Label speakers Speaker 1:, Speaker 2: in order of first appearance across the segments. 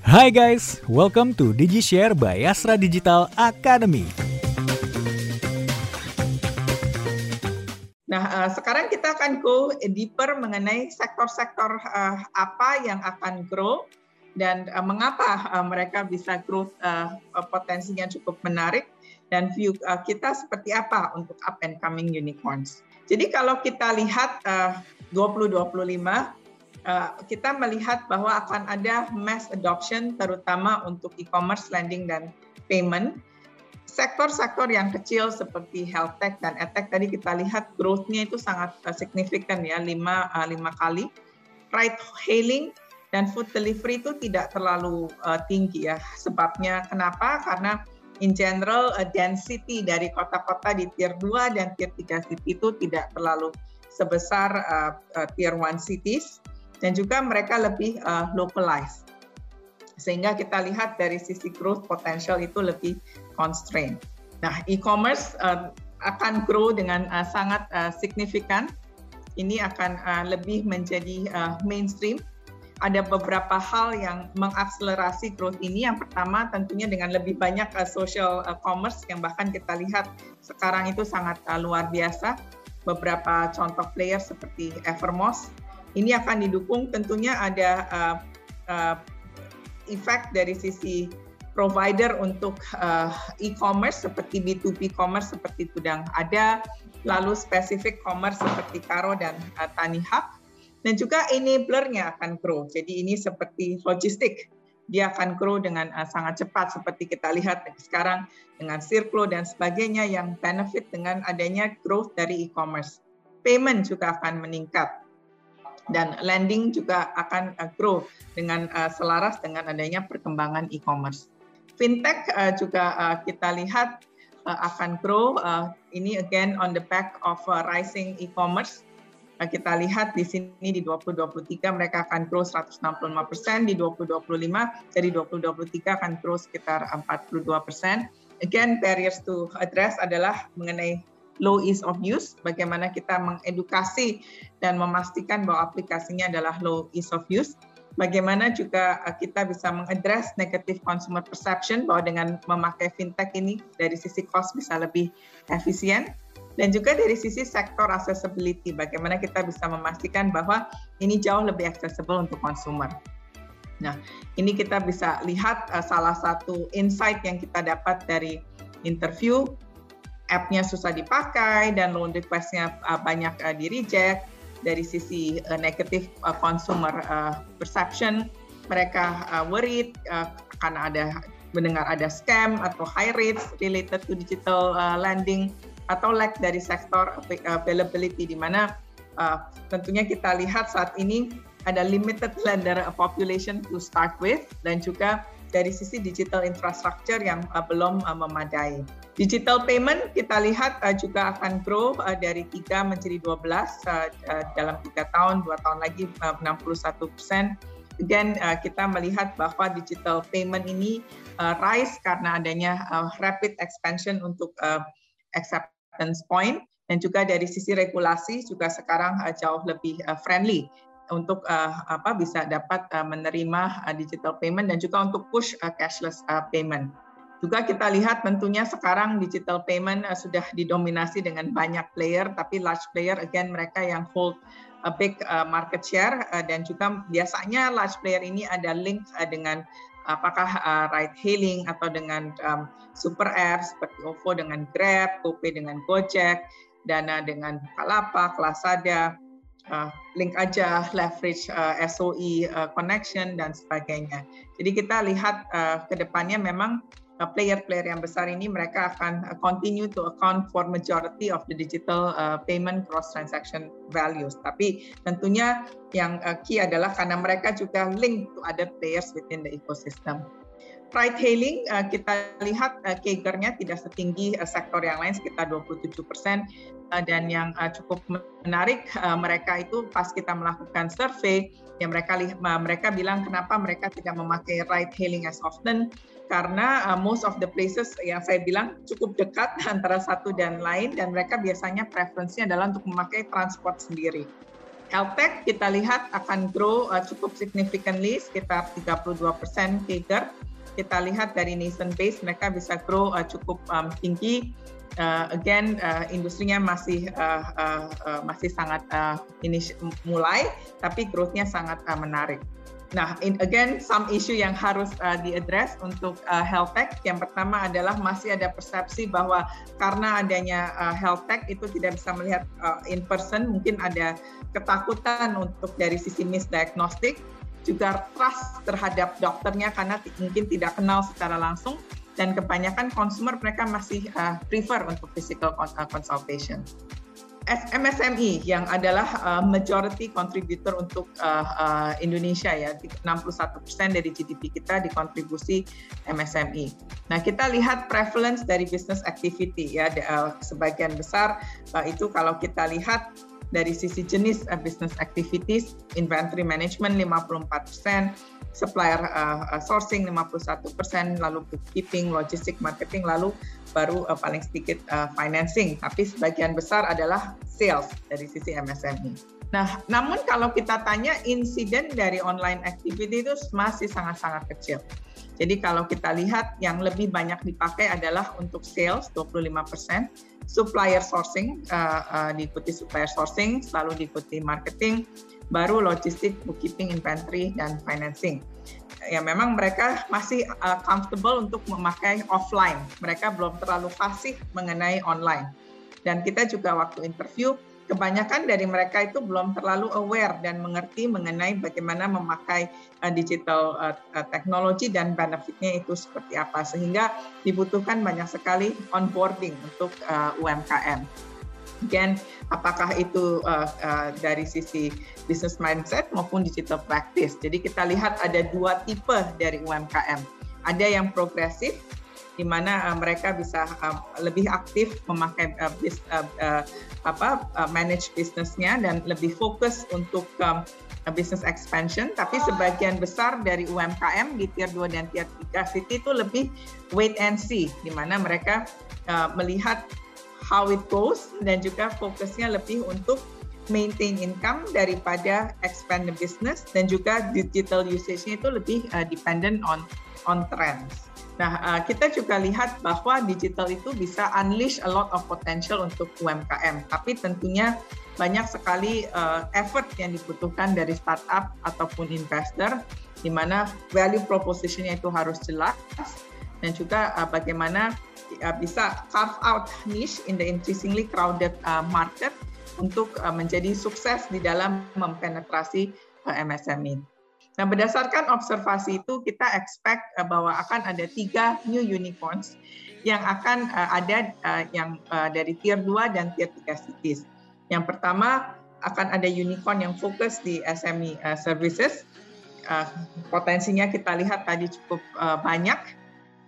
Speaker 1: Hi guys, welcome to DigiShare by Astra Digital Academy.
Speaker 2: Nah, sekarang kita akan go deeper mengenai sektor-sektor apa yang akan grow dan mengapa mereka bisa growth potensinya cukup menarik dan view kita seperti apa untuk up and coming unicorns. Jadi kalau kita lihat 2025, kita melihat bahwa akan ada mass adoption terutama untuk e-commerce, lending, dan payment. Sektor-sektor yang kecil seperti health tech dan edtech tadi kita lihat growth-nya itu sangat signifikan ya, 5 kali. Ride hailing dan food delivery itu tidak terlalu tinggi ya. Sebabnya kenapa? Karena in general density dari kota-kota di tier 2 dan tier 3 city itu tidak terlalu sebesar tier 1 cities dan juga mereka lebih localized. Sehingga kita lihat dari sisi growth potential itu lebih constrained. Nah, e-commerce akan grow dengan sangat signifikan. Ini akan lebih menjadi mainstream. Ada beberapa hal yang mengakselerasi growth ini. Yang pertama tentunya dengan lebih banyak social commerce yang bahkan kita lihat sekarang itu sangat luar biasa. Beberapa contoh player seperti Evermost. Ini akan didukung tentunya ada efek dari sisi provider untuk e-commerce seperti B2B commerce seperti Tudang ada, lalu spesifik commerce seperti Karo dan Tanihub, dan juga enabler-nya akan grow. Jadi ini seperti logistik, dia akan grow dengan sangat cepat seperti kita lihat sekarang dengan Circlo dan sebagainya yang benefit dengan adanya growth dari e-commerce. Payment juga akan meningkat. Dan lending juga akan grow dengan selaras dengan adanya perkembangan e-commerce. Fintech juga kita lihat akan grow. Ini again on the back of rising e-commerce. Kita lihat di sini di 2023 mereka akan grow 165%, di 2025 dari 2023 akan grow sekitar 42%. Again, barriers to address adalah mengenai low ease of use, bagaimana kita mengedukasi dan memastikan bahwa aplikasinya adalah low ease of use. Bagaimana juga kita bisa mengadres negative consumer perception bahwa dengan memakai fintech ini dari sisi cost bisa lebih efisien. Dan juga dari sisi sektor accessibility, bagaimana kita bisa memastikan bahwa ini jauh lebih accessible untuk consumer. Nah, ini kita bisa lihat salah satu insight yang kita dapat dari interview. App-nya susah dipakai dan loan request-nya banyak di-reject. Dari sisi negative consumer perception, mereka worried karena mendengar ada scam atau high rates related to digital lending atau lack dari sektor availability, di mana tentunya kita lihat saat ini ada limited lender population to start with dan juga dari sisi digital infrastructure yang belum memadai. Digital payment kita lihat juga akan grow dari 3 menjadi 12 dalam 3 tahun, 2 tahun lagi 61%. Again, kita melihat bahwa digital payment ini rise karena adanya rapid expansion untuk acceptance point dan juga dari sisi regulasi juga sekarang jauh lebih friendly untuk bisa dapat menerima digital payment dan juga untuk push cashless payment. Juga kita lihat tentunya sekarang digital payment sudah didominasi dengan banyak player, tapi large player again mereka yang hold a big market share dan juga biasanya large player ini ada link dengan apakah ride hailing atau dengan super apps seperti OVO dengan Grab, GoPay dengan Gojek, Dana dengan Bukalapak, Lazada, link aja, leverage SOE connection dan sebagainya. Jadi kita lihat ke depannya memang player-player yang besar ini mereka akan continue to account for majority of the digital payment cross transaction values. Tapi tentunya yang key adalah karena mereka juga link to other players within the ecosystem. Ride hailing kita lihat CAGR-nya tidak setinggi sektor yang lain sekitar 27%. Dan yang cukup menarik mereka itu pas kita melakukan survei yang mereka bilang kenapa mereka tidak memakai ride hailing as often karena most of the places yang saya bilang cukup dekat antara satu dan lain dan mereka biasanya preferensinya adalah untuk memakai transport sendiri. Health tech kita lihat akan grow cukup significantly, sekitar 32% CAGR. Kita lihat dari nascent base mereka bisa grow cukup tinggi. Industrinya masih sangat mulai, tapi growth-nya sangat menarik. Nah, some issue yang harus diaddress untuk health tech. Yang pertama adalah masih ada persepsi bahwa karena adanya health tech itu tidak bisa melihat in person, mungkin ada ketakutan untuk dari sisi misdiagnostik, juga trust terhadap dokternya karena mungkin tidak kenal secara langsung, dan kebanyakan consumer mereka masih prefer untuk physical consultation. MSME yang adalah majority contributor untuk Indonesia ya, 61% dari GDP kita dikontribusi MSME. Nah, kita lihat prevalence dari business activity ya, sebagian besar itu kalau kita lihat dari sisi jenis business activities, inventory management 54%, supplier sourcing 51%, lalu bookkeeping, logistik, marketing, lalu baru paling sedikit financing, tapi sebagian besar adalah sales dari sisi MSME. Nah, namun kalau kita tanya insiden dari online activity itu masih sangat-sangat kecil. Jadi kalau kita lihat yang lebih banyak dipakai adalah untuk sales 25%, supplier sourcing diikuti supplier sourcing, lalu diikuti marketing, baru logistik, bookkeeping, inventory, dan financing. Ya memang mereka masih comfortable untuk memakai offline. Mereka belum terlalu fasih mengenai online. Dan kita juga waktu interview, kebanyakan dari mereka itu belum terlalu aware dan mengerti mengenai bagaimana memakai digital teknologi dan benefitnya itu seperti apa. Sehingga dibutuhkan banyak sekali onboarding untuk UMKM. Again, apakah itu dari sisi business mindset maupun digital practice. Jadi kita lihat ada dua tipe dari UMKM. Ada yang progresif, di mana mereka bisa lebih aktif memakai manage bisnisnya dan lebih fokus untuk business expansion. Tapi sebagian besar dari UMKM di tier 2 dan tier 3 city itu lebih wait and see, di mana mereka melihat how it goes dan juga fokusnya lebih untuk maintain income daripada expand the business, dan juga digital usage-nya itu lebih dependent on trends. Nah, kita juga lihat bahwa digital itu bisa unleash a lot of potential untuk UMKM, tapi tentunya banyak sekali effort yang dibutuhkan dari startup ataupun investor, di mana value proposition-nya itu harus jelas, dan juga bagaimana bisa carve out niche in the increasingly crowded market untuk menjadi sukses di dalam mempenetrasi MSME. Nah, berdasarkan observasi itu, kita expect bahwa akan ada 3 new unicorns yang akan ada yang dari tier 2 dan tier 3 cities. Yang pertama, akan ada unicorn yang fokus di SME services. Potensinya kita lihat tadi cukup banyak.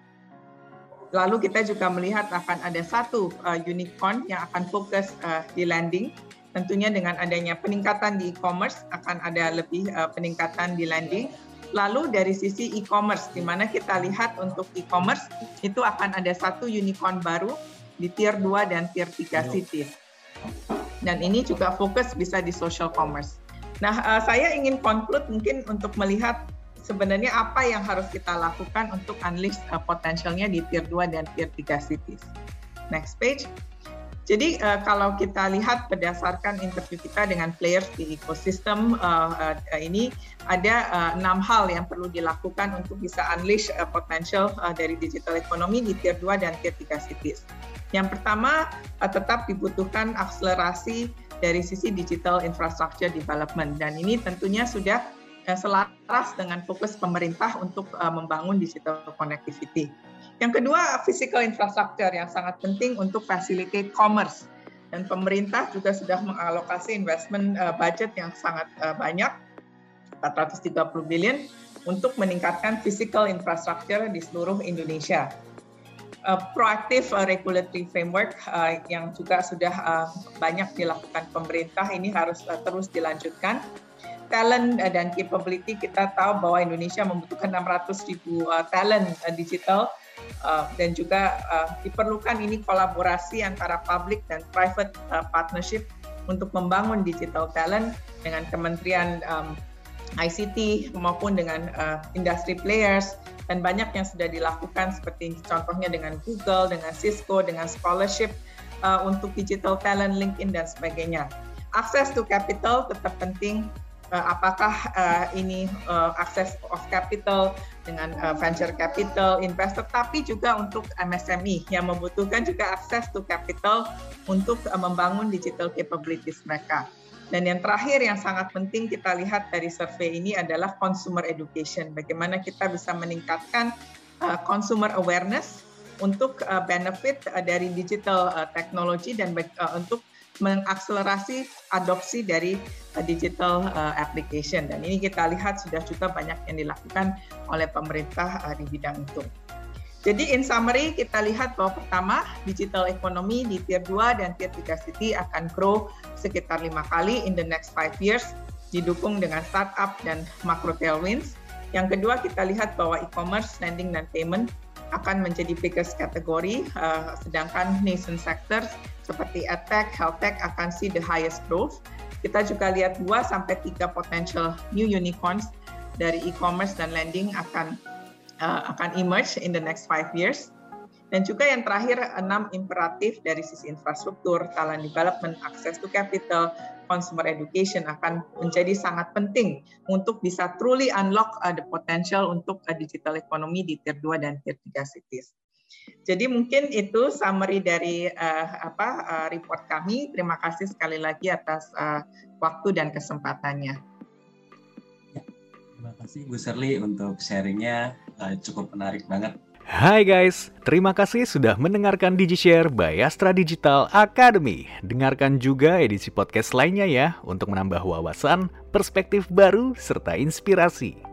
Speaker 2: Lalu kita juga melihat akan ada satu unicorn yang akan fokus di lending. Tentunya dengan adanya peningkatan di e-commerce akan ada lebih peningkatan di lending. Lalu dari sisi e-commerce, di mana kita lihat untuk e-commerce itu akan ada satu unicorn baru di tier 2 dan tier 3 cities. Dan ini juga fokus bisa di social commerce. Nah, saya ingin conclude mungkin untuk melihat sebenarnya apa yang harus kita lakukan untuk unleash potensialnya di tier 2 dan tier 3 cities. Next page. Jadi kalau kita lihat berdasarkan interview kita dengan players di ekosistem ini, ada 6 hal yang perlu dilakukan untuk bisa unleash potential dari digital economy di tier 2 dan tier 3 cities. Yang pertama, tetap dibutuhkan akselerasi dari sisi digital infrastructure development, dan ini tentunya sudah selaras dengan fokus pemerintah untuk membangun digital connectivity. Yang kedua, physical infrastructure yang sangat penting untuk facilitate commerce. Dan pemerintah juga sudah mengalokasi investment budget yang sangat banyak, 430 billion, untuk meningkatkan physical infrastructure di seluruh Indonesia. Proactive regulatory framework yang juga sudah banyak dilakukan pemerintah, ini harus terus dilanjutkan. Talent dan capability, kita tahu bahwa Indonesia membutuhkan 600.000 talent digital, dan juga diperlukan ini kolaborasi antara public dan private partnership untuk membangun digital talent dengan Kementerian ICT maupun dengan industry players, dan banyak yang sudah dilakukan seperti contohnya dengan Google, dengan Cisco, dengan scholarship untuk digital talent, LinkedIn dan sebagainya. Access to capital tetap penting. Apakah ini access of capital dengan venture capital, investor, tapi juga untuk MSME yang membutuhkan juga access to capital untuk membangun digital capabilities mereka. Dan yang terakhir yang sangat penting kita lihat dari survei ini adalah consumer education. Bagaimana kita bisa meningkatkan consumer awareness untuk benefit dari digital technology dan untuk mengakselerasi adopsi dari digital application. Dan ini kita lihat sudah juga banyak yang dilakukan oleh pemerintah di bidang itu. Jadi in summary kita lihat bahwa pertama digital economy di tier 2 dan tier 3 city akan grow sekitar 5 kali in the next 5 years didukung dengan startup dan macro tailwinds. Yang kedua kita lihat bahwa e-commerce, lending dan payment akan menjadi biggest kategori, sedangkan nascent sectors seperti edtech, healthtech akan see the highest growth. Kita juga lihat 2-3 potential new unicorns dari e-commerce dan lending akan emerge in the next 5 years. Dan juga yang terakhir 6 imperatif dari sisi infrastruktur, talent development, access to capital, consumer education akan menjadi sangat penting untuk bisa truly unlock the potential untuk digital economy di tier 2 dan tier 3 cities. Jadi mungkin itu summary dari report kami. Terima kasih sekali lagi atas waktu dan kesempatannya.
Speaker 3: Terima kasih Bu Shirley untuk sharingnya, cukup menarik banget.
Speaker 1: Hai guys, terima kasih sudah mendengarkan DigiShare by Astra Digital Academy. Dengarkan juga edisi podcast lainnya ya, untuk menambah wawasan, perspektif baru, serta inspirasi.